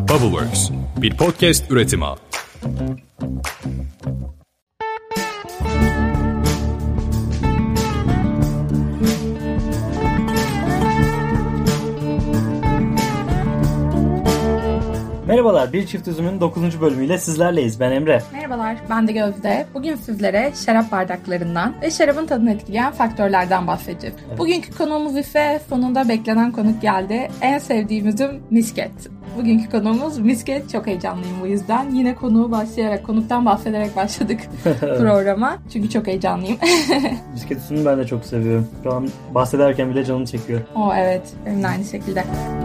Bubbleworks, bir podcast üretimi. Merhabalar, Bir Çift Üzüm'ün 9. bölümüyle sizlerleyiz. Ben Emre. Merhabalar, ben de Gözde. Bugün sizlere şarap bardaklarından ve şarabın tadını etkileyen faktörlerden bahsedeceğiz. Evet. Bugünkü konuğumuz ise sonunda beklenen konuk geldi. En sevdiğim üzüm misket. Bugünkü konuğumuz misket. Çok heyecanlıyım bu yüzden. Yine konuktan bahsederek başladık programa. Çünkü çok heyecanlıyım. Misket üzümünü ben de çok seviyorum. Şu an bahsederken bile canım çekiyor. Evet, benim de aynı şekilde.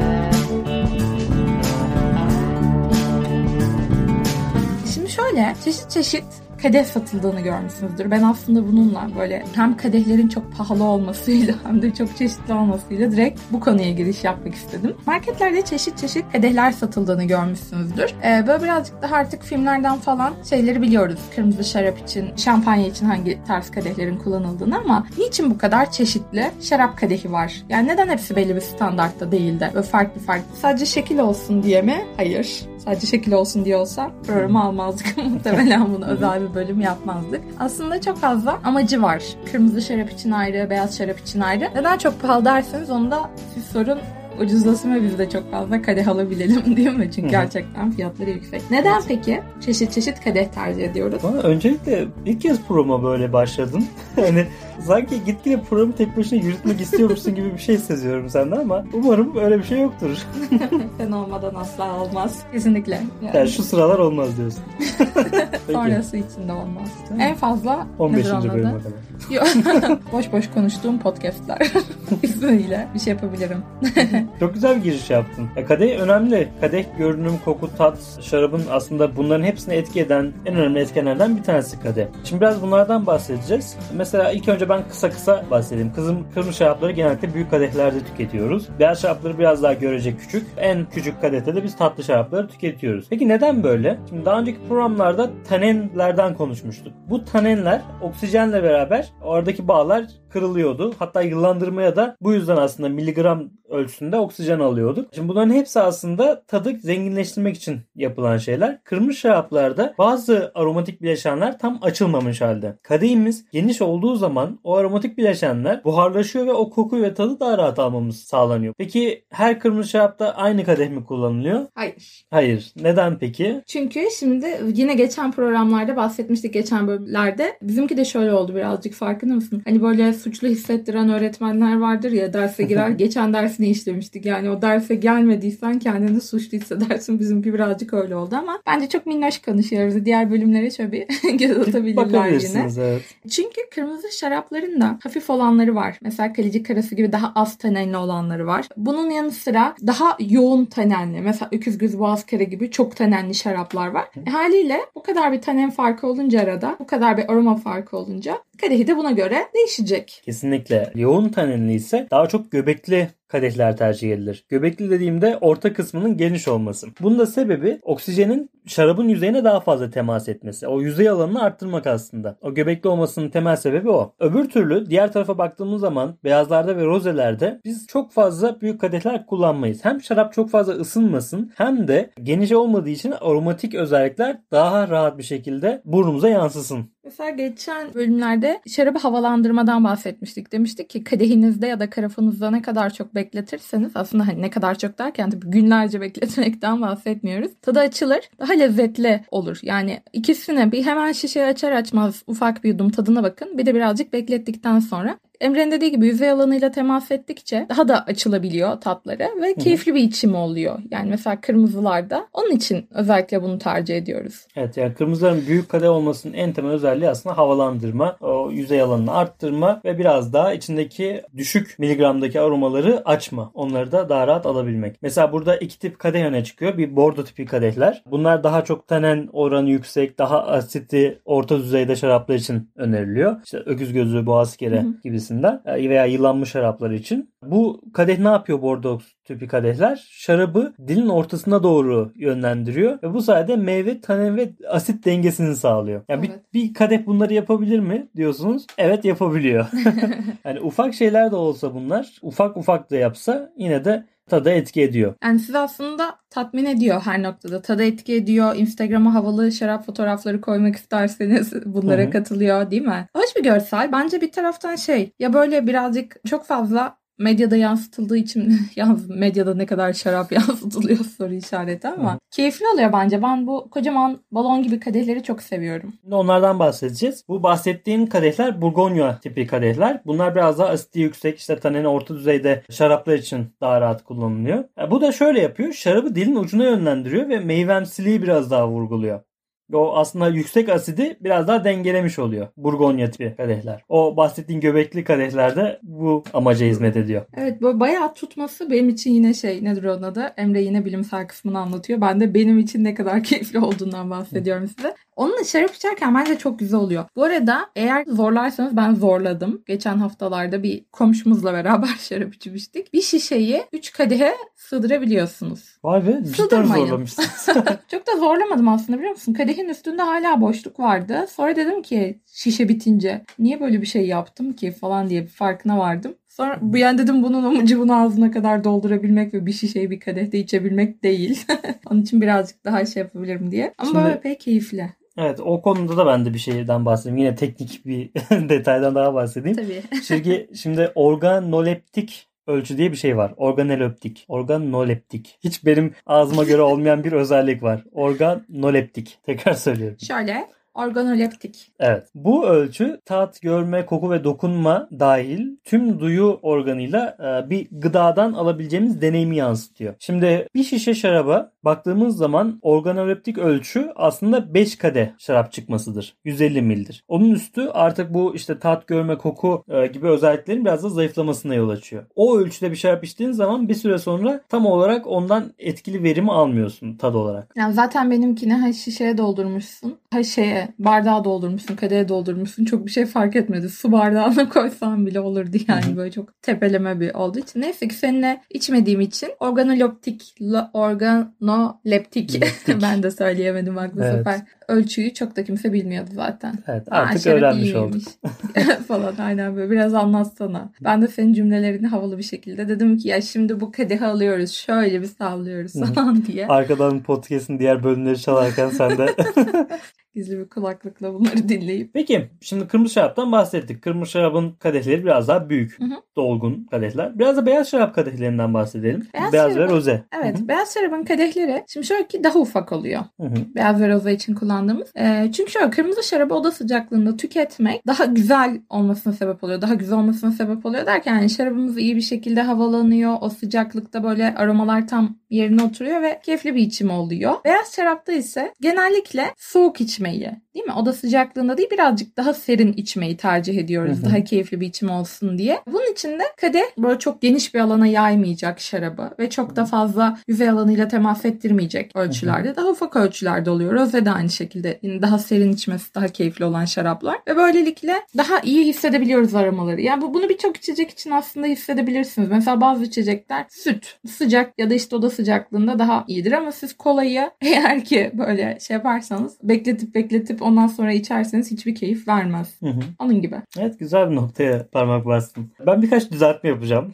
Şöyle çeşit çeşit kadeh satıldığını görmüşsünüzdür. Ben aslında bununla böyle hem kadehlerin çok pahalı olmasıyla hem de çok çeşitli olmasıyla direkt bu konuya giriş yapmak istedim. Marketlerde çeşit çeşit kadehler satıldığını görmüşsünüzdür. Böyle birazcık daha artık filmlerden falan şeyleri biliyoruz. Kırmızı şarap için, şampanya için hangi tarz kadehlerin kullanıldığını ama niçin bu kadar çeşitli şarap kadehi var? Yani neden hepsi belli bir standartta değil de böyle farklı farklı? Sadece şekil olsun diye mi? Hayır. Sadece şekil olsun diye olsa programı almazdık. Muhtemelen bunu özel bir bölüm yapmazdık. Aslında çok fazla amacı var. Kırmızı şarap için ayrı, beyaz şarap için ayrı. Neden çok pahalı derseniz onu da siz sorun. Ucuzlasın ve biz de çok fazla kadeh alabilelim değil mi? Çünkü gerçekten fiyatları yüksek. Neden peki çeşit çeşit kadeh tercih ediyoruz? Bana öncelikle ilk kez programa böyle başladın. Hani sanki gitgide programı tek başına yürütmek istiyormuşsun gibi bir şey seziyorum senden ama umarım öyle bir şey yoktur. Sen olmadan asla olmaz. Kesinlikle. Yani şu sıralar olmaz diyorsun. Sonrası için de olmaz. En fazla 15. bölüme kadar. Boş boş konuştuğum podcastlar ismiyle bir şey yapabilirim. Çok güzel bir giriş yaptın. Kadeh önemli. Kadeh görünüm, koku, tat, şarabın aslında bunların hepsini etki eden en önemli etkenlerden bir tanesi kadeh. Şimdi biraz bunlardan bahsedeceğiz. Mesela ilk önce ben kısa bahsedeyim. Kırmızı şarapları genellikle büyük kadehlerde tüketiyoruz. Beyaz şarapları biraz daha görece küçük. En küçük kadehte de biz tatlı şarapları tüketiyoruz. Peki neden böyle? Şimdi daha önceki programlarda tanenlerden konuşmuştuk. Bu tanenler oksijenle beraber oradaki bağlar kırılıyordu. Hatta yıllandırmaya da bu yüzden aslında miligram ölçüsünde oksijen alıyorduk. Şimdi bunların hepsi aslında tadı zenginleştirmek için yapılan şeyler. Kırmızı şaraplarda bazı aromatik bileşenler tam açılmamış halde. Kadehimiz geniş olduğu zaman o aromatik bileşenler buharlaşıyor ve o kokuyu ve tadı daha rahat almamız sağlanıyor. Peki her kırmızı şarapta aynı kadeh mi kullanılıyor? Hayır. Hayır. Neden peki? Çünkü şimdi yine geçen programlarda bahsetmiştik, geçen bölümlerde. Bizimki de şöyle oldu birazcık, farkında mısın? Hani böyle suçlu hissettiren öğretmenler vardır ya, derse girer. Geçen dersini işlemiştik. Yani o derse gelmediysen kendini suçlu hissedersin. Bizimki birazcık öyle oldu ama bence çok minnoş konuşuyoruz. Diğer bölümlere şöyle bir göz atabilirler yine. Evet. Çünkü kırmızı şarapların da hafif olanları var. Mesela Kalecik Karası gibi daha az tanenli olanları var. Bunun yanı sıra daha yoğun tanenli. Mesela Öküz Gözü Boğazkere gibi çok tanenli şaraplar var. Haliyle bu kadar bir tanen farkı olunca arada, bu kadar bir aroma farkı olunca kadehi de buna göre değişecek. Kesinlikle. Yoğun tanenli ise daha çok göbekli kadehler tercih edilir. Göbekli dediğimde orta kısmının geniş olması. Bunun da sebebi oksijenin şarabın yüzeyine daha fazla temas etmesi. O yüzey alanını arttırmak aslında. O göbekli olmasının temel sebebi o. Öbür türlü diğer tarafa baktığımız zaman beyazlarda ve rozelerde biz çok fazla büyük kadehler kullanmayız. Hem şarap çok fazla ısınmasın hem de geniş olmadığı için aromatik özellikler daha rahat bir şekilde burnumuza yansısın. Mesela geçen bölümlerde şarabı havalandırmadan bahsetmiştik. Demiştik ki kadehinizde ya da karafanızda ne kadar çok bekletirseniz, aslında hani ne kadar çok derken tabii günlerce bekletmekten bahsetmiyoruz. Tadı açılır, daha lezzetli olur. Yani ikisine bir hemen şişeyi açar açmaz ufak bir yudum tadına bakın. Bir de birazcık beklettikten sonra. Emre'nin dediği gibi yüzey alanıyla temas ettikçe daha da açılabiliyor tatları ve keyifli bir içimi oluyor. Yani mesela kırmızılarda onun için özellikle bunu tercih ediyoruz. Evet, yani kırmızıların büyük kadeh olmasının en temel özelliği aslında havalandırma, o yüzey alanını arttırma ve biraz daha içindeki düşük miligramdaki aromaları açma. Onları da daha rahat alabilmek. Mesela burada iki tip kadeh öne çıkıyor. Bir bordo tipi kadehler. Bunlar daha çok tanen oranı yüksek, daha asitli, orta düzeyde şaraplar için öneriliyor. İşte Öküz Gözü, Boğazkere gibisinden veya yılanmış şaraplar için. Bu kadeh ne yapıyor, bordo tipi kadehler? Şarabı dilin ortasına doğru yönlendiriyor ve bu sayede meyve, tanen ve asit dengesini sağlıyor. Yani evet. bir kadeh bunları yapabilir mi diyorsunuz? Evet, yapabiliyor. Yani ufak şeyler de olsa bunlar, ufak da yapsa yine de tada etki ediyor. Yani sizi aslında tatmin ediyor her noktada. Tadı etki ediyor. Instagram'a havalı şarap fotoğrafları koymak isterseniz bunlara katılıyor, değil mi? Hoş bir görsel. Bence bir taraftan ya böyle birazcık çok fazla medyada yansıtıldığı için medyada ne kadar şarap yansıtılıyor soru işareti ama keyifli oluyor bence. Ben bu kocaman balon gibi kadehleri çok seviyorum. Şimdi onlardan bahsedeceğiz. Bu bahsettiğim kadehler Burgonya tipi kadehler. Bunlar biraz daha asidi yüksek, işte taneni orta düzeyde şaraplar için daha rahat kullanılıyor. Bu da şöyle yapıyor. Şarabı dilin ucuna yönlendiriyor ve meyvemsiliği biraz daha vurguluyor. O aslında yüksek asidi biraz daha dengelemiş oluyor. Burgonya tipi kadehler. O bahsettiğin göbekli kadehlerde bu amaca hizmet ediyor. Evet, böyle bayağı tutması benim için yine nedir onun adı? Emre yine bilimsel kısmını anlatıyor. Ben de benim için ne kadar keyifli olduğundan bahsediyorum size. Onunla şarap içerken bence çok güzel oluyor. Bu arada eğer zorlarsanız ben zorladım. Geçen haftalarda bir komşumuzla beraber şarap içmiştik. Bir şişeyi 3 kadehe sığdırabiliyorsunuz. Vay be, cidden zorlamışsınız. Çok da zorlamadım aslında, biliyor musun? Kadehin üstünde hala boşluk vardı. Sonra dedim ki şişe bitince niye böyle bir şey yaptım ki falan diye bir farkına vardım. Sonra dedim bunun amacı bunu ağzına kadar doldurabilmek ve bir şişeyi bir kadehte içebilmek değil. Onun için birazcık daha yapabilirim diye. Ama şimdi, böyle pek keyifli. Evet, o konuda da ben de bir şeyden bahsedeyim. Yine teknik bir detaydan daha bahsedeyim. Tabii. Şimdi organoleptik ölçü diye bir şey var. Organoleptik. Hiç benim ağzıma göre olmayan bir özellik var. Organoleptik. Tekrar söylüyorum. Şöyle. Organoleptik. Evet. Bu ölçü tat, görme, koku ve dokunma dahil tüm duyu organıyla bir gıdadan alabileceğimiz deneyimi yansıtıyor. Şimdi bir şişe şaraba baktığımız zaman organoleptik ölçü aslında 5 kadeh şarap çıkmasıdır. 150 mildir. Onun üstü artık bu işte tat, görme, koku gibi özelliklerin biraz da zayıflamasına yol açıyor. O ölçüde bir şarap içtiğin zaman bir süre sonra tam olarak ondan etkili verimi almıyorsun tad olarak. Yani zaten benimkini şişeye doldurmuşsun. Bardağa doldurmuşsun, kadehe doldurmuşsun. Çok bir şey fark etmedi. Su bardağına koysam bile olurdu yani. Böyle çok tepeleme bir olduğu için. Neyse ki seninle içmediğim için organoleptik ben de söyleyemedim bak bu sefer. Ölçüyü çok da kimse bilmiyordu zaten. Evet, artık öğrenmiş olduk. Falan aynen böyle. Biraz anlatsana. Ben de senin cümlelerini havalı bir şekilde dedim ki ya şimdi bu kadehi alıyoruz. Şöyle bir sallıyoruz falan diye. Arkadan podcast'in diğer bölümleri çalarken sen de gizli bir kulaklıkla bunları dinleyip. Peki şimdi kırmızı şaraptan bahsettik. Kırmızı şarabın kadehleri biraz daha büyük, dolgun kadehler. Biraz da beyaz şarap kadehlerinden bahsedelim. Beyaz ve roze. Evet, beyaz şarabın kadehleri şimdi şöyle ki daha ufak oluyor. Beyaz ve roze için kullandığımız. Çünkü şöyle kırmızı şarabı oda sıcaklığında tüketmek daha güzel olmasına sebep oluyor. Daha güzel olmasına sebep oluyor derken yani şarabımız iyi bir şekilde havalanıyor. O sıcaklıkta böyle aromalar tam yerine oturuyor ve keyifli bir içim oluyor. Beyaz şarapta ise genellikle soğuk içmeyi, değil mi? Oda sıcaklığında değil birazcık daha serin içmeyi tercih ediyoruz. Daha keyifli bir içim olsun diye. Bunun için de kadeh böyle çok geniş bir alana yaymayacak şarabı ve çok da fazla yüzey alanıyla temas ettirmeyecek ölçülerde. Daha ufak ölçülerde oluyor. Roze de aynı şekilde. Yani daha serin içmesi daha keyifli olan şaraplar. Ve böylelikle daha iyi hissedebiliyoruz aromaları. Yani bunu birçok içecek için aslında hissedebilirsiniz. Mesela bazı içecekler süt, sıcak ya da işte oda sıcaklığında daha iyidir ama siz kolayı eğer ki böyle yaparsanız bekletip ondan sonra içerseniz hiçbir keyif vermez. Onun gibi. Evet, güzel bir noktaya parmak bastın. Ben birkaç düzeltme yapacağım.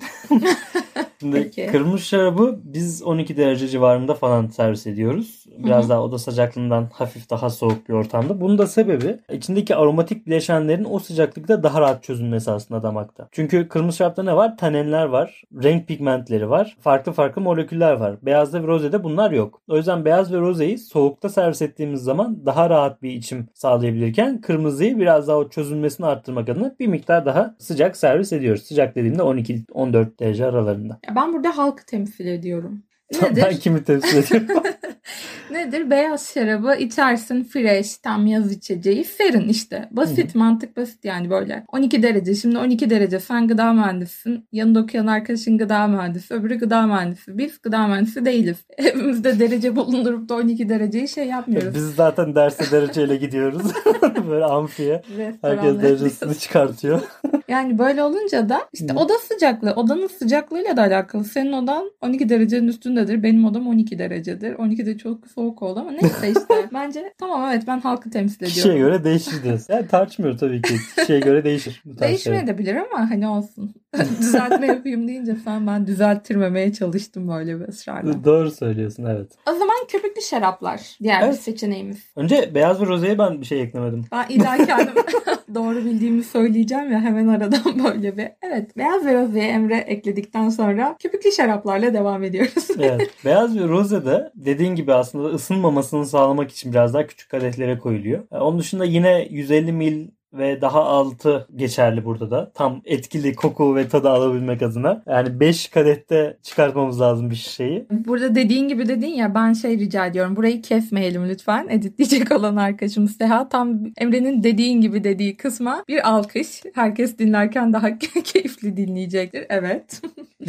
Şimdi kırmızı şarabı biz 12 derece civarında falan servis ediyoruz. Biraz daha oda sıcaklığından hafif daha soğuk bir ortamda. Bunun da sebebi içindeki aromatik bileşenlerin o sıcaklıkta daha rahat çözülmesi aslında damakta. Çünkü kırmızı şarapta ne var? Tanenler var, renk pigmentleri var, farklı moleküller var. Beyazda ve rozede bunlar yok. O yüzden beyaz ve rozeyi soğukta servis ettiğimiz zaman daha rahat bir içim sağlayabilirken kırmızıyı biraz daha o çözülmesini arttırmak adına bir miktar daha sıcak servis ediyoruz. Sıcak dediğimde 12-14 derece aralarında. Ben burada halkı temsil ediyorum. Nedir? Ben kimi temsil ediyorum? Nedir? Beyaz şarabı içersin fresh, tam yaz içeceği. Serin işte. Basit, mantık basit yani böyle. 12 derece. Şimdi 12 derece. Sen gıda mühendisisin. Yanında okuyan arkadaşın gıda mühendisi. Öbürü gıda mühendisi. Biz gıda mühendisi değiliz. Evimizde derece bulundurup da 12 dereceyi yapmıyoruz. Biz zaten derse dereceyle gidiyoruz. Böyle amfiye. Herkes derecesini çıkartıyor. Yani böyle olunca da işte oda sıcaklığı, odanın sıcaklığıyla da alakalı. Senin odan 12 derecenin üstündedir. Benim odam 12 derecedir. 12 de çok soğuk oldu ama neyse işte. Bence tamam, evet, ben halkı temsil ediyorum. Kişiye göre değişir diyorsun. Yani tartışmıyor tabii ki. Kişiye göre değişir. Değişmeyebilir ama hani olsun. Düzeltme yapayım deyince ben düzelttirmemeye çalıştım böyle bir ısrarla. Doğru söylüyorsun, evet. O zaman köpüklü şaraplar diğer bir seçeneğimiz. Önce beyaz ve rozeye ben bir şey eklemedim. Ben illa kendim doğru bildiğimi söyleyeceğim ya, hemen aradan böyle bir. Evet, beyaz ve rozeye Emre ekledikten sonra köpüklü şaraplarla devam ediyoruz. Evet. Beyaz ve roze de dediğin gibi aslında ısınmamasını sağlamak için biraz daha küçük kadehlere koyuluyor. Onun dışında yine 150 ml ve daha altı geçerli burada da. Tam etkili koku ve tadı alabilmek adına. Yani 5 kadehte çıkartmamız lazım bir şişeyi. Burada dediğin gibi dedin ya, ben rica ediyorum. Burayı kesmeyelim lütfen. Editleyecek olan arkadaşım Seha tam Emre'nin dediğin gibi dediği kısma bir alkış. Herkes dinlerken daha keyifli dinleyecektir. Evet.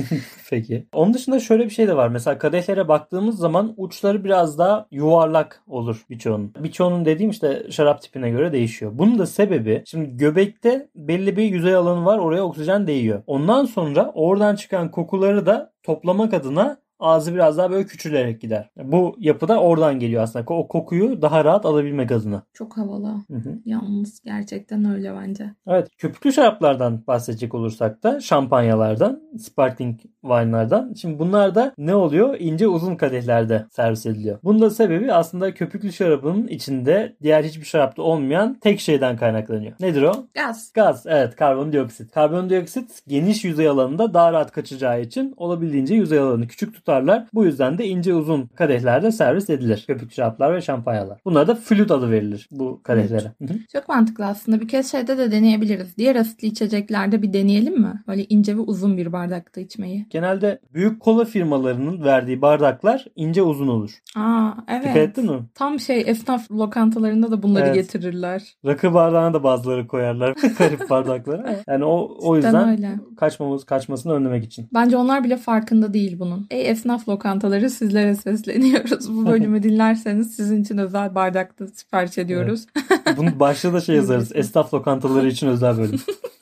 Peki. Onun dışında şöyle bir şey de var. Mesela kadehlere baktığımız zaman uçları biraz daha yuvarlak olur birçoğunun. Birçoğunun dediğim işte şarap tipine göre değişiyor. Bunun da sebebi, şimdi göbekte belli bir yüzey alanı var. Oraya oksijen değiyor. Ondan sonra oradan çıkan kokuları da toplamak adına ağzı biraz daha böyle küçülerek gider. Bu yapı da oradan geliyor aslında. O kokuyu daha rahat alabilmek adına. Çok havalı. Yalnız gerçekten öyle bence. Evet. Köpüklü şaraplardan bahsedecek olursak da şampanyalardan, sparkling wine'lardan. Şimdi bunlar da ne oluyor? İnce uzun kadehlerde servis ediliyor. Bunun da sebebi aslında köpüklü şarabın içinde diğer hiçbir şarapta olmayan tek şeyden kaynaklanıyor. Nedir o? Gaz. Gaz. Evet. Karbondioksit. Karbondioksit geniş yüzey alanında daha rahat kaçacağı için olabildiğince yüzey alanını küçük tutarlar. Bu yüzden de ince uzun kadehlerde servis edilir. Köpüklü şaraplar ve şampanyalar. Bunlara da flüt adı verilir bu kadehlere. Evet. Çok mantıklı aslında. Bir kez de deneyebiliriz. Diğer asitli içeceklerde bir deneyelim mi? Böyle ince ve uzun bir bardakta içmeyi. Genelde büyük kola firmalarının verdiği bardaklar ince uzun olur. Aa, evet. Dikkat ettin mi? Tam esnaf lokantalarında da bunları getirirler. Rakı bardağına da bazıları koyarlar. Garip bardaklara. Yani o yüzden öyle. Kaçmasını önlemek için. Bence onlar bile farkında değil bunun. Esnaf lokantaları, sizlere sesleniyoruz. Bu bölümü dinlerseniz sizin için özel bardakta sipariş ediyoruz. Evet. Bunun başlığı da yazarız. Esnaf lokantaları için özel bölüm.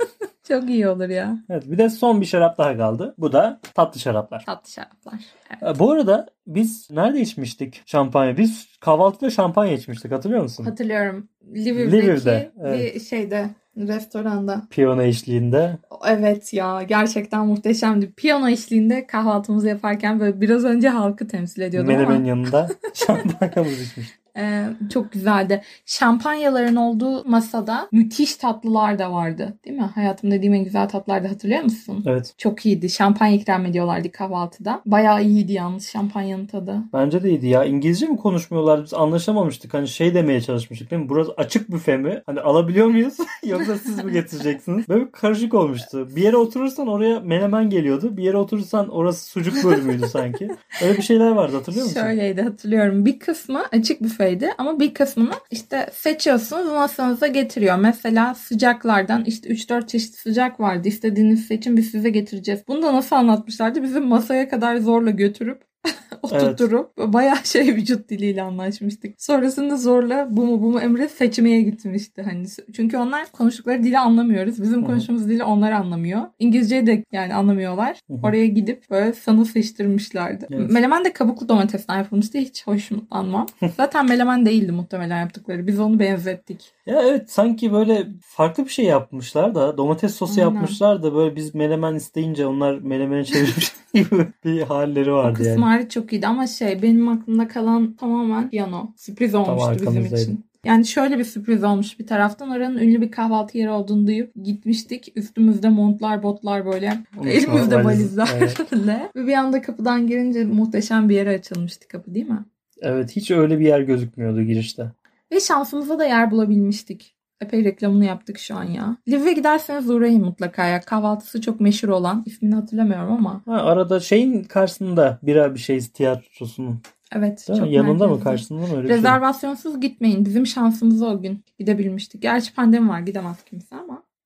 Çok iyi olur ya. Evet, bir de son bir şarap daha kaldı. Bu da tatlı şaraplar. Tatlı şaraplar. Evet. Bu arada biz nerede içmiştik şampanya? Biz kahvaltıda şampanya içmiştik, hatırlıyor musun? Hatırlıyorum. Lviv'de evet. Bir restoranda. Piyano eşliğinde. Evet ya, gerçekten muhteşemdi. Piyano eşliğinde kahvaltımızı yaparken böyle biraz önce halkı temsil ediyordum ama. Menemen yanında şampanyamızı içmiştik. Çok güzeldi. Şampanyaların olduğu masada müthiş tatlılar da vardı. Değil mi? Hayatım dediğim en güzel tatlılardı, hatırlıyor musun? Evet. Çok iyiydi. Şampanya ikram ediyorlardı kahvaltıda. Bayağı iyiydi yalnız şampanyanın tadı. Bence de iyiydi ya. İngilizce mi konuşmuyorlardı? Biz anlaşamamıştık. Hani demeye çalışmıştık değil mi? Burası açık büfe mi? Hani alabiliyor muyuz? Yoksa siz mi getireceksiniz? Böyle karışık olmuştu. Bir yere oturursan oraya menemen geliyordu. Bir yere oturursan orası sucuk bölümüydü sanki. Öyle bir şeyler vardı, hatırlıyor musun? Şöyleydi, hatırlıyorum. Bir kısmı açık büfe ama bir kısmını seçiyorsunuz, masanıza getiriyor. Mesela sıcaklardan 3-4 çeşit sıcak vardı. İstediğiniz seçin, biz size getireceğiz. Bunu da nasıl anlatmışlardı? Bizim masaya kadar zorla götürüp oturturup bayağı vücut diliyle anlaşmıştık. Sonrasında zorla bu mu Emre seçmeye gitmişti. Çünkü onlar konuştukları dili anlamıyoruz. Bizim konuştuğumuz dili onlar anlamıyor. İngilizceyi de anlamıyorlar. Oraya gidip böyle sana seçtirmişlerdi. Evet. Menemen de kabuklu domatesten yapılmıştı. Hiç hoşlanmam. Zaten menemen değildi muhtemelen yaptıkları. Biz onu benzettik. Ya evet, sanki böyle farklı bir şey yapmışlar da domates sosu yapmışlar da böyle biz menemen isteyince onlar menemene çevirmiş gibi bir halleri vardı. O kısmı hariç çok iyiydi ama benim aklımda kalan tamamen piyano. Sürpriz olmuştu bizim için. Yani şöyle bir sürpriz olmuş bir taraftan. Oranın ünlü bir kahvaltı yeri olduğunu duyup gitmiştik. Üstümüzde montlar, botlar böyle. Elimizde valizlerle. Ve bir anda kapıdan girince muhteşem bir yere açılmıştı kapı, değil mi? Evet, hiç öyle bir yer gözükmüyordu girişte. Ve şansımıza da yer bulabilmiştik. Epey reklamını yaptık şu an ya. Lviv'e giderseniz uğrayın mutlaka ya. Kahvaltısı çok meşhur olan. İsmini hatırlamıyorum ama. Arada karşısında bir şey tiyatrosunun. Evet. Çok yanında mı, karşısında mı, öyle bir rezervasyonsuz gitmeyin. Bizim şansımıza o gün gidebilmiştik. Gerçi pandemi var, gidemez kimse ama.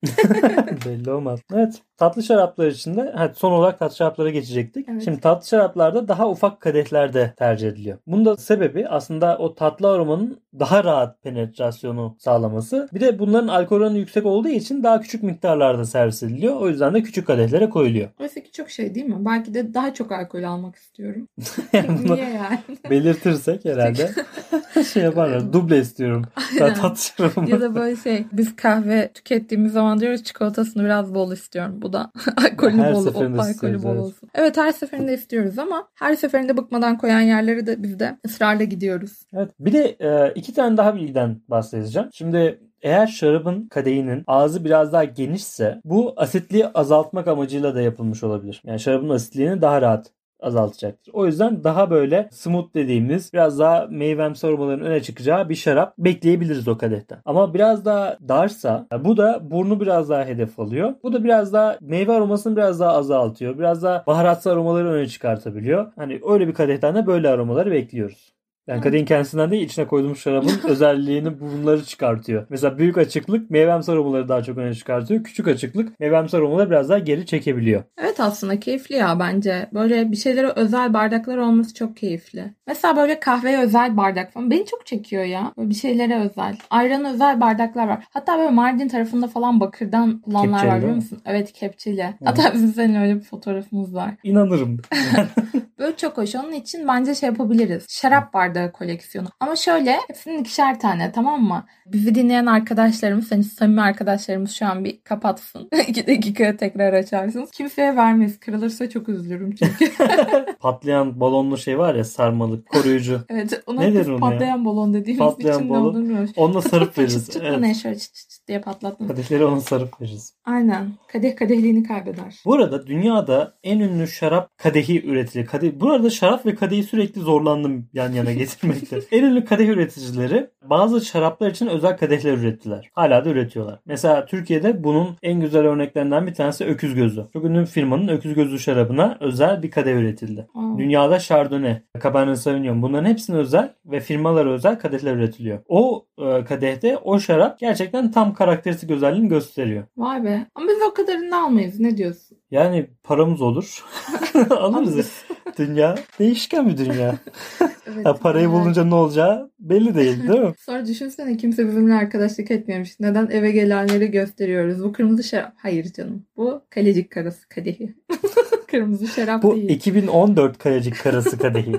Belli olmaz. Evet. Tatlı şaraplar içinde son olarak tatlı şaraplara geçecektik. Evet. Şimdi tatlı şaraplarda daha ufak kadehlerde tercih ediliyor. Bunun da sebebi aslında o tatlı aromanın daha rahat penetrasyonu sağlaması. Bir de bunların alkol oranı yüksek olduğu için daha küçük miktarlarda servis ediliyor. O yüzden de küçük kadehlere koyuluyor. Oysa ki çok şey değil mi? Belki de daha çok alkol almak istiyorum. Bunu Niye yani? belirtirsek herhalde şey yaparlar. Duble istiyorum. Ben tatlı şarabımı. Ya da böyle biz kahve tükettiğimiz zaman diyoruz çikolatasını biraz bol istiyorum. Bu da alkolü Her bol, seferinde alkolü istiyoruz, bol evet. olsun. Evet, her seferinde istiyoruz ama her seferinde bıkmadan koyan yerleri de biz de ısrarla gidiyoruz. Evet. Bir de 2 tane daha bilgiden bahsedeceğim. Şimdi eğer şarabın kadehinin ağzı biraz daha genişse bu asitliği azaltmak amacıyla da yapılmış olabilir. Yani şarabın asitliğini daha rahat azaltacaktır. O yüzden daha böyle smooth dediğimiz biraz daha meyvemsi aromaların öne çıkacağı bir şarap bekleyebiliriz o kadehten. Ama biraz daha darsa bu da burnu biraz daha hedef alıyor. Bu da biraz daha meyve aromasını biraz daha azaltıyor. Biraz daha baharatsı aromaları öne çıkartabiliyor. Hani öyle bir kadehten de böyle aromaları bekliyoruz. Yani kadehin kendisinden değil içine koyduğumuz şarabın özelliğini bunları çıkartıyor. Mesela büyük açıklık meyvemsi aromaları daha çok öne çıkartıyor. Küçük açıklık meyvemsi aromaları biraz daha geri çekebiliyor. Evet, aslında keyifli ya bence. Böyle bir şeylere özel bardaklar olması çok keyifli. Mesela böyle kahveye özel bardak falan beni çok çekiyor ya. Böyle bir şeylere özel. Ayran özel bardaklar var. Hatta böyle Mardin tarafında falan bakırdan kullananlar Kepçeli var, biliyor değil mi? musun? Evet, kepçeli. Hatta bizim seninle öyle bir fotoğrafımız var. İnanırım. Böyle çok hoş. Onun için bence şey yapabiliriz. Şarap bardağı koleksiyonu. Ama şöyle hepsinin 2'şer tane, tamam mı? Bizi dinleyen arkadaşlarımız, senin samimi arkadaşlarımız şu an bir kapatsın. 2 dakikaya tekrar açarsınız. Kimseye vermeyiz. Kırılırsa çok üzülürüm çünkü. Patlayan balonlu şey var ya, sarmalık, koruyucu. Evet, ona Ne biz denir ona patlayan ya? balon dediğimiz Patlayan için ne balon. olduğunu bilmiyoruz. Onunla sarıp veririz. Çıt çıt Evet. mı ne, şöyle çıt çıt çıt diye patlatma. Kadehleri ona sarıp veririz. Aynen. Kadeh kadehliğini kaybeder. Bu arada dünyada en ünlü şarap kadehi üretilir. Bu arada şarap ve kadehi sürekli zorlandım yan yana getirmekte. En ünlü kadeh üreticileri bazı şaraplar için özel kadehler ürettiler. Hala da üretiyorlar. Mesela Türkiye'de bunun en güzel örneklerinden bir tanesi Öküz Gözü. Çok ünlü bir firmanın Öküz Gözü şarabına özel bir kadeh üretildi. Dünyada Chardonnay, Cabernet Sauvignon, bunların hepsine özel ve firmalara özel kadehler üretiliyor. O kadehte o şarap gerçekten tam karakteristik özelliğini gösteriyor. Vay be. Ama biz o kadarını almayız. Ne diyorsun? Yani paramız olur. Alırız. Dünya değişken bir dünya. Evet, Ya parayı bulunca ne olacağı belli değil mi? Sonra düşünsene, kimse bizimle arkadaşlık etmiyormuş. Neden eve gelenleri gösteriyoruz? Bu kırmızı şarap. Hayır canım. Bu kalecik karası kadehi. Kırmızı şarap Bu değil. 2014 kalecik karası kadehi.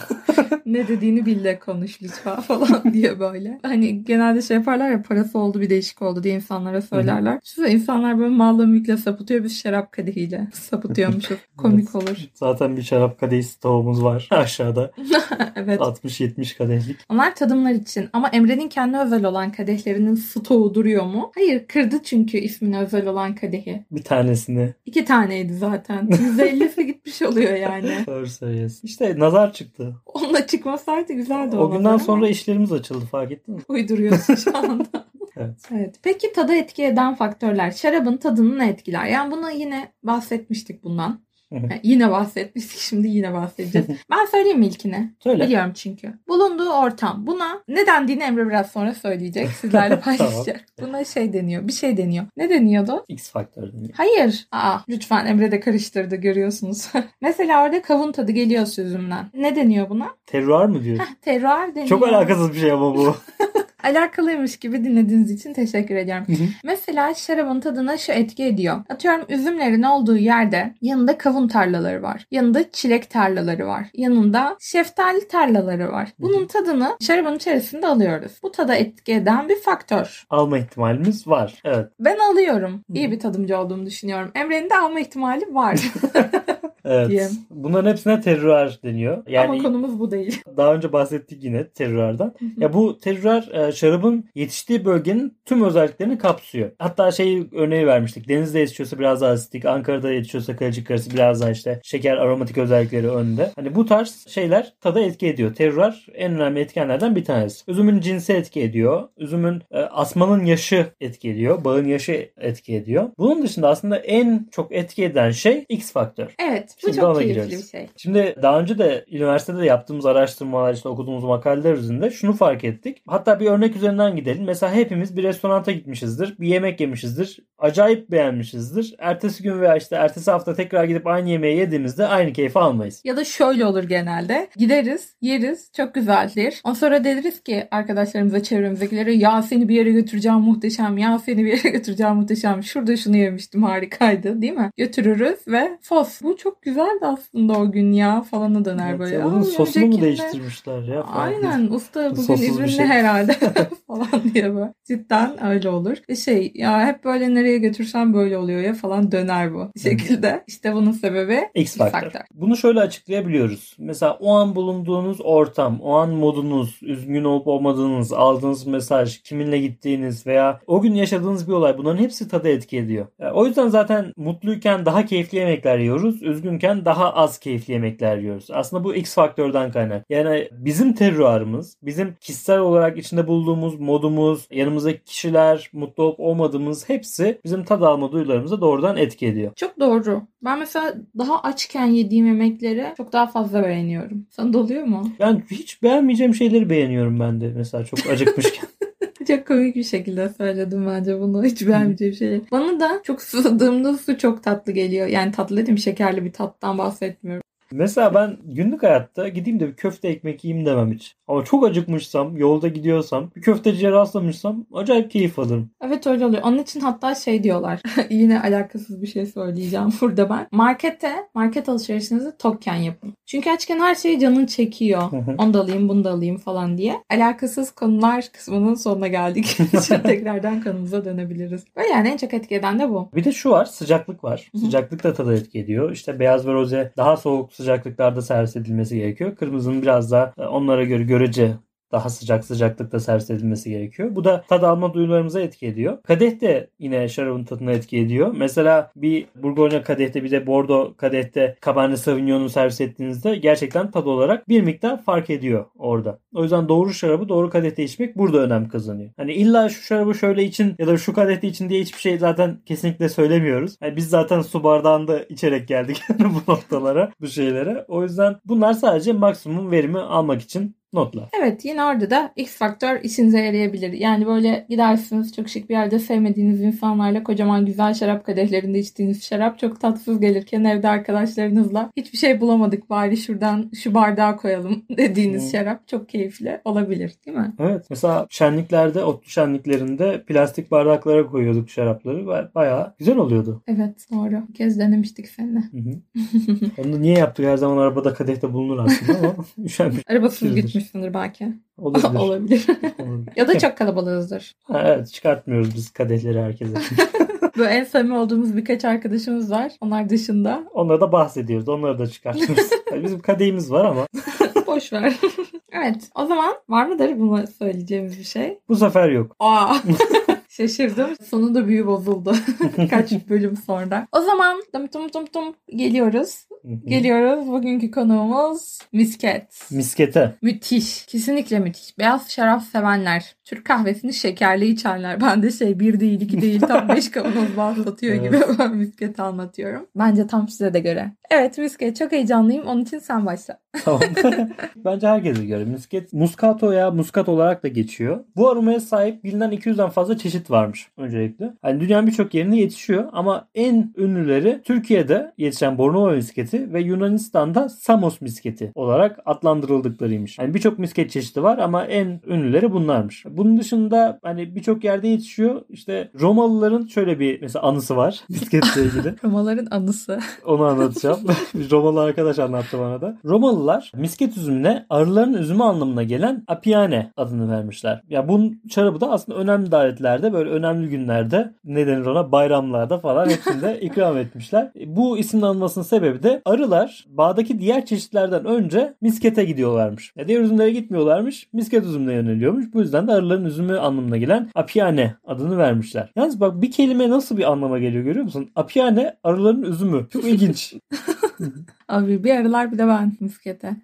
Ne dediğini bil de konuş lütfen falan diye böyle. Hani genelde şey yaparlar ya, parası oldu bir değişik oldu diye insanlara söylerler. Şu insanlar böyle malla mülkle sapıtıyor, biz şarap kadehiyle sapıtıyormuşuz. Komik olur. Zaten bir şarap kadehi stoğumuz var aşağıda. Evet. 60-70 kadehlik. Onlar tadımlar için, ama Emre'nin kendi özel olan kadehlerinin stoğu duruyor mu? Hayır, kırdı çünkü ismine özel olan kadehi. Bir tanesini. 2 taneydi zaten. %50'si gitmiş oluyor yani. Doğru söylüyorsun. İşte nazar çıktı. Onunla çıkmasaydı güzeldi O günden sonra işlerimiz açıldı, fark ettin mi? uyduruyorsun şu anda. Evet. Evet. Peki tadı etki eden faktörler. Şarabın tadını ne etkiler? Yani bunu yine bahsetmiştik bundan. Yine bahsetmiştik. Şimdi yine bahsedeceğiz. Ben söyleyeyim mi ilkini? Söyle. Biliyorum çünkü. Bulunduğu ortam. Buna ne dendiğini Emre biraz sonra söyleyecek. Sizlerle paylaşacak. Buna şey deniyor. Bir şey deniyor. Ne deniyordu? X faktör deniyor. Hayır. Lütfen, Emre de karıştırdı, görüyorsunuz. Mesela orada kavun tadı geliyor sözümden. Ne deniyor buna? Terroir mı diyorsun? Terroir deniyor. Çok alakasız bir şey ama bu. Alakalıymış gibi dinlediğiniz için teşekkür ediyorum. Mesela şarabın tadına şu etki ediyor. Atıyorum, üzümlerin olduğu yerde yanında kavun tarlaları var. Yanında çilek tarlaları var. Yanında şeftali tarlaları var. Bunun tadını şarabın içerisinde alıyoruz. Bu tada etki eden bir faktör. Alma ihtimalimiz var. Evet. Ben alıyorum. İyi bir tadımcı olduğumu düşünüyorum. Emre'nin de alma ihtimali var. Evet. Diyeyim. Bunların hepsine terroir deniyor. Yani Ama konumuz bu değil. daha önce bahsettik yine terroirden. Ya bu terroir şarabın yetiştiği bölgenin tüm özelliklerini kapsıyor. Hatta örneği vermiştik. Denizde yetişiyorsa biraz daha asitik, Ankara'da yetişiyorsa kalecik karası biraz daha işte şeker aromatik özellikleri önde. Hani bu tarz şeyler tada etki ediyor. Terroir en önemli etkenlerden bir tanesi. Üzümün cinsi etki ediyor. Üzümün asmanın yaşı etki ediyor. Bağın yaşı etki ediyor. Bunun dışında aslında en çok etki eden şey X faktör. Evet. Bu Şimdi çok ona keyifli gireriz. bir şey. Şimdi daha önce de üniversitede yaptığımız araştırmalar, işte okuduğumuz makaleler üzerinde şunu fark ettik. Hatta bir örnek üzerinden gidelim. Mesela hepimiz bir restoranta gitmişizdir. Bir yemek yemişizdir. acayip beğenmişizdir. Ertesi gün veya işte ertesi hafta tekrar gidip aynı yemeği yediğimizde aynı keyfi almayız. Ya da şöyle olur genelde. Gideriz, yeriz, çok güzeldir. Ondan sonra deriz ki arkadaşlarımıza, çevremizdekilere, ya seni bir yere götüreceğim muhteşem, ya seni bir yere götüreceğim muhteşem. Şurada şunu yemiştim, harikaydı, değil mi? Götürürüz ve fos. Bu çok güzeldi aslında o gün ya falanı döner Evet, böyle. bunun sosunu mu öncekinde... değiştirmişler ya? Aynen, usta bugün Sossuz bir izinli şey. herhalde falan diye böyle. Cidden öyle olur. Ya hep böyle nereye götürsem böyle oluyor ya falan döner bu şekilde. İşte bunun sebebi X faktör. Bunu şöyle açıklayabiliyoruz. Mesela o an bulunduğunuz ortam, o an modunuz, üzgün olup olmadığınız, aldığınız mesaj, kiminle gittiğiniz veya o gün yaşadığınız bir olay, bunların hepsi tadı etki ediyor. O yüzden zaten mutluyken daha keyifli yemekler yiyoruz, üzgünken daha az keyifli yemekler yiyoruz. Aslında bu X faktörden kaynak. Yani bizim terroirımız, bizim kişisel olarak içinde bulduğumuz modumuz, yanımızdaki kişiler, mutlu olup olmadığımız hepsi bizim tad alma duyularımıza doğrudan etki ediyor. Çok doğru. Ben mesela daha açken yediğim yemekleri çok daha fazla beğeniyorum. Sana da oluyor mu? Yani hiç beğenmeyeceğim şeyleri beğeniyorum ben de. Mesela çok acıkmışken. Çok komik bir şekilde söyledim bence bunu. Hiç beğenmeyeceğim şey. Bana da çok susadığımda su çok tatlı geliyor. Yani tatlı dedim, şekerli bir tattan bahsetmiyorum. Mesela ben günlük hayatta gideyim de bir köfte ekmek yiyeyim demem hiç. Ama çok acıkmışsam, yolda gidiyorsam, bir köfteciye rastlamışsam acayip keyif alırım. Evet, öyle oluyor. Onun için hatta şey diyorlar. Yine alakasız bir şey söyleyeceğim burada ben. Market alışverişinizi tokken yapın. Çünkü açken her şeyi canın çekiyor. Onu da alayım, bunu da alayım falan diye. Alakasız konular kısmının sonuna geldik. Şimdi tekrardan konumuza dönebiliriz. Ve yani en çok etki eden de bu. Bir de şu var, sıcaklık var. Sıcaklık da tadı etki ediyor. İşte beyaz ve roze daha soğuk sıcaklıklarda servis edilmesi gerekiyor. Kırmızının biraz daha onlara göre görece daha sıcak sıcaklıkta servis edilmesi gerekiyor. Bu da tad alma duyularımıza etki ediyor. Kadeh de yine şarabın tadına etki ediyor. Mesela bir Burgonya kadehte bir de Bordeaux kadehte Cabernet Sauvignon'u servis ettiğinizde gerçekten tad olarak bir miktar fark ediyor orada. O yüzden doğru şarabı doğru kadehte içmek burada önem kazanıyor. Hani illa şu şarabı şöyle için ya da şu kadehte için diye hiçbir şey zaten kesinlikle söylemiyoruz. Yani biz zaten su bardağında içerek geldik bu noktalara, bu şeylere. O yüzden bunlar sadece maksimum verimi almak için notlar. Evet, yine orada da X faktör işinize yarayabilir. Yani böyle gidersiniz çok şık bir yerde, sevmediğiniz insanlarla kocaman güzel şarap kadehlerinde içtiğiniz şarap çok tatsız gelirken evde arkadaşlarınızla hiçbir şey bulamadık, bari şuradan şu bardağa koyalım dediğiniz şarap çok keyifli olabilir, değil mi? Evet. Mesela şenliklerde, otlu şenliklerinde plastik bardaklara koyuyorduk şarapları ve bayağı güzel oluyordu. Evet, doğru. Bir kez denemiştik seninle. Onu da niye yaptık? Her zaman arabada kadehte bulunur aslında ama üşenmiş. Arabasız gitmişsindir belki. Olabilir. Olabilir. Ya da çok kalabalığızdır. Ha, evet, çıkartmıyoruz biz kadehleri herkese. Böyle en samimi olduğumuz birkaç arkadaşımız var. Onlar dışında. Onları da bahsediyoruz. Onları da çıkartmıyoruz. Yani bizim kadehimiz var ama. Boş ver. Evet. O zaman var mıdır buna söyleyeceğimiz bir şey? Bu sefer yok. Aa. Şaşırdım. Sonunda büyü bozuldu. Kaç bölüm sonra. O zaman geliyoruz. Geliyoruz. Bugünkü konuğumuz misket. Miskete. Müthiş. Kesinlikle müthiş. Beyaz şarap sevenler. Türk kahvesini şekerli içenler. Ben de 1 değil 2 değil tam 5 kavanoz bahsettiyor gibi ben misketi anlatıyorum. Bence tam size de göre. Evet, misket. Çok heyecanlıyım. Onun için sen başla. Tamam. Bence herkese göre. Misket Muscato ya muskat olarak da geçiyor. Bu aromaya sahip bilinen 200'den fazla çeşit varmış öncelikle. Yani dünyanın birçok yerinde yetişiyor ama en ünlüleri Türkiye'de yetişen Bornova misketi ve Yunanistan'da Samos misketi olarak adlandırıldıklarıymış. Yani birçok misket çeşidi var ama en ünlüleri bunlarmış. Bunun dışında hani birçok yerde yetişiyor. İşte Romalıların şöyle bir mesela anısı var misketle ilgili. Romalıların anısı. Onu anlatacağım. Romalı arkadaş anlattı bana da. Romalılar misket üzümüne arıların üzümü anlamına gelen apiane adını vermişler. Ya bunun şarabı da aslında önemli davetlerde, böyle önemli günlerde, ne denir ona, bayramlarda falan hepsinde ikram etmişler. Bu isimden alınmasının sebebi de arılar bağdaki diğer çeşitlerden önce miskete gidiyorlarmış. Diğer üzümlere gitmiyorlarmış. Misket üzümüne yöneliyormuş. Bu yüzden de arıların üzümü anlamına gelen apiane adını vermişler. Yalnız bak, bir kelime nasıl bir anlama geliyor görüyor musun? Apiane, arıların üzümü. Çok ilginç. Abi bir aralar bir de ben miskete.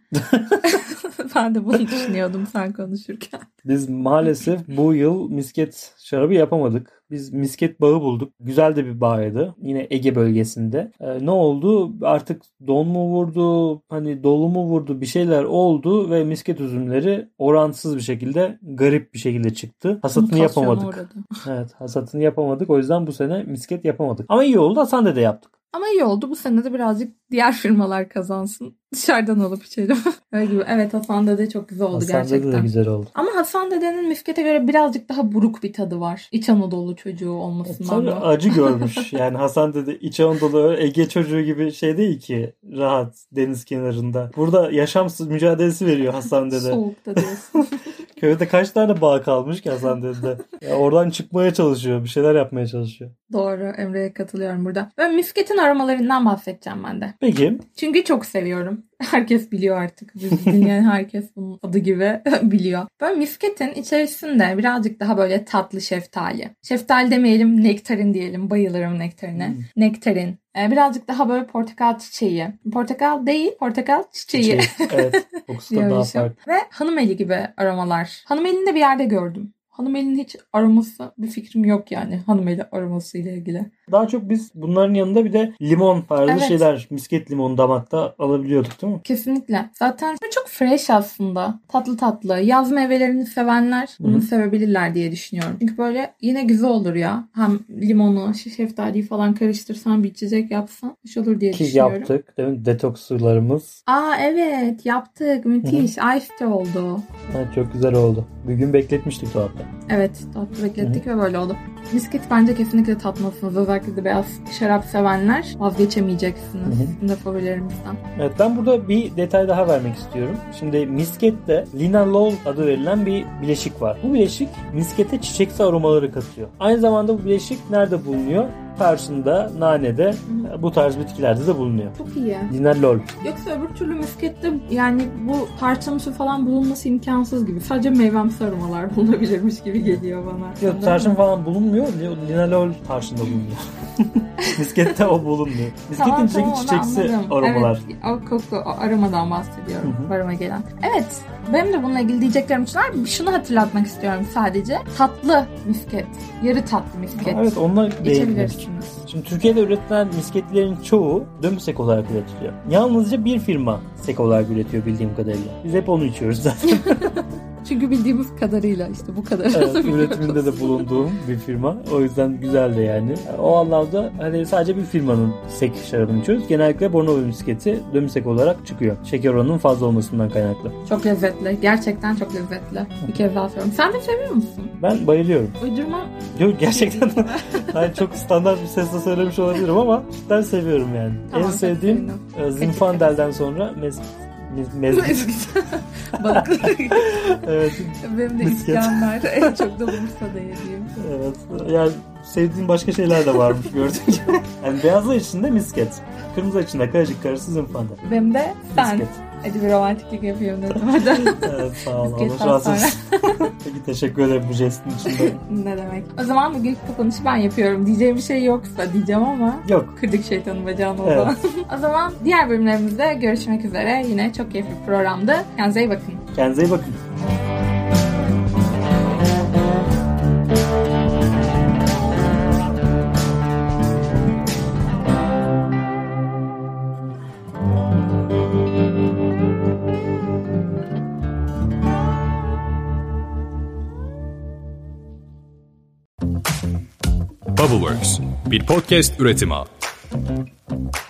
Ben de bunu düşünüyordum sen konuşurken. Biz maalesef bu yıl misket şarabı yapamadık. Biz misket bağı bulduk. Güzel de bir bağydı. Yine Ege bölgesinde. Ne oldu? Artık don mu vurdu? Hani dolu mu vurdu? Bir şeyler oldu ve misket üzümleri orantısız bir şekilde, garip bir şekilde çıktı. Hasatını yapamadık. Evet, hasatını yapamadık. O yüzden bu sene misket yapamadık. Ama iyi oldu. Hasande'de yaptık. Ama iyi oldu. Bu sene de birazcık diğer firmalar kazansın. Dışarıdan alıp içelim. Öyle gibi. Evet, Hasan Dede çok güzel oldu gerçekten. Hasan Dede de güzel oldu. Ama Hasan Dede'nin miskete göre birazcık daha buruk bir tadı var. İç Anadolu çocuğu olmasından da. Acı görmüş. Yani Hasan Dede İç Anadolu Ege çocuğu gibi şey değil ki. Rahat deniz kenarında. Burada yaşam mücadelesi veriyor Hasan Dede. Soğukta diyorsun. Köyde kaç tane bağ kalmış ki Hasan Dede'de. Oradan çıkmaya çalışıyor. Bir şeyler yapmaya çalışıyor. Doğru. Emre'ye katılıyorum burada. Ben misketin aromalarından bahsedeceğim ben de. Peki. Çünkü çok seviyorum. Herkes biliyor artık. Biz dinleyen herkes bunun adı gibi biliyor. Böyle misketin içerisinde birazcık daha böyle tatlı şeftali. Şeftali demeyelim, nektarin diyelim. Bayılırım nektarine. Nektarin. Birazcık daha böyle portakal çiçeği. Portakal değil, portakal çiçeği. Evet. Kokusu da daha farklı. Ve hanımeli gibi aromalar. Hanımeli'ni de bir yerde gördüm. Hanımeli'nin hiç aroması, bir fikrim yok yani hanımeli aroması ile ilgili. Daha çok biz bunların yanında bir de limon tarzı şeyler, misket limonu damakta alabiliyorduk değil mi? Kesinlikle. Zaten çok fresh aslında. Tatlı tatlı. Yaz meyvelerini sevenler bunu sevebilirler diye düşünüyorum. Çünkü böyle yine güzel olur ya. Hem limonu, şeftaliyi falan karıştırsan bir içecek yapsan hoş olur diye düşünüyorum. Yaptık değil mi? Detoks sularımız. Evet yaptık. Müthiş. Ice tea oldu. Evet, çok güzel oldu. Bir gün bekletmiştik dolapta. Evet, tatlı beklettik ve böyle oldu. Misket bence kesinlikle tatmalısınız. Özellikle de beyaz şarap sevenler vazgeçemeyeceksiniz. Bizim de favorilerimizden. Evet, ben burada bir detay daha vermek istiyorum. Şimdi miskette linalol adı verilen bir bileşik var. Bu bileşik miskete çiçeksi aromaları katıyor. Aynı zamanda bu bileşik nerede bulunuyor? Karşında, nanede, bu tarz bitkilerde de bulunuyor. Çok iyi. Linalol. Yoksa öbür türlü miskette yani bu tarçınsı falan bulunması imkansız gibi. Sadece meyvemsi aromalar bulunabilirmiş gibi geliyor bana. Yok, tarçın falan bulunmuyor. Linalol tarçında bulunuyor. Miskette o bulunmuyor. Misketin içindeki çiçeksi aromalar. Evet, o koku, o aromadan bahsediyorum. Aroma gelen. Evet, benim de bununla ilgili diyeceklerim var. Şunu hatırlatmak istiyorum sadece. Tatlı misket. Yarı tatlı misket. Evet, onunla değinmek. Şimdi Türkiye'de üretilen misketlerin çoğu dömsek olarak üretiliyor. Yalnızca bir firma sek olarak üretiyor bildiğim kadarıyla. Biz hep onu içiyoruz zaten. Çünkü bildiğimiz kadarıyla işte bu kadar. Evet, üretiminde de bulunduğum bir firma. O yüzden güzel de yani. O anlamda hani sadece bir firmanın sek şarabını içiyoruz. Genellikle Bornova misketi dömsek olarak çıkıyor. Şeker oranının fazla olmasından kaynaklı. Çok lezzetli. Gerçekten çok lezzetli. Bir kez daha söylüyorum. Sen de seviyor musun? Ben bayılıyorum. Uydurma. Yok, gerçekten yani çok standart bir sesle söylemiş olabilirim ama ben seviyorum yani. Tamam, en sevdiğim Zinfandel'den sonra Bak. Evet. Benim de İskender. En çok da Bursa'da yediğim. Evet. Yani sevdiğim başka şeyler de varmış gördüğün gibi. Yani beyazlar içinde misket. Kırmızı içinde kayacık karısı Zinfandel. Benim de sen. Misket. Hadi bir romantiklik yapıyorum dedim. Hadi. Evet, sağ ol. Allah razı olsun. Peki, teşekkür ederim bu jestin için. Ne demek. O zaman bugün kapanışı ben yapıyorum. Diyeceğim bir şey yoksa diyeceğim ama. Yok. Kırdık şeytanın bacağını o zaman. O zaman diğer bölümlerimizde görüşmek üzere. Yine çok keyifli bir programdı. Kendinize iyi bakın. Kendinize iyi bakın. Bubbleworks, bir podcast üretimi.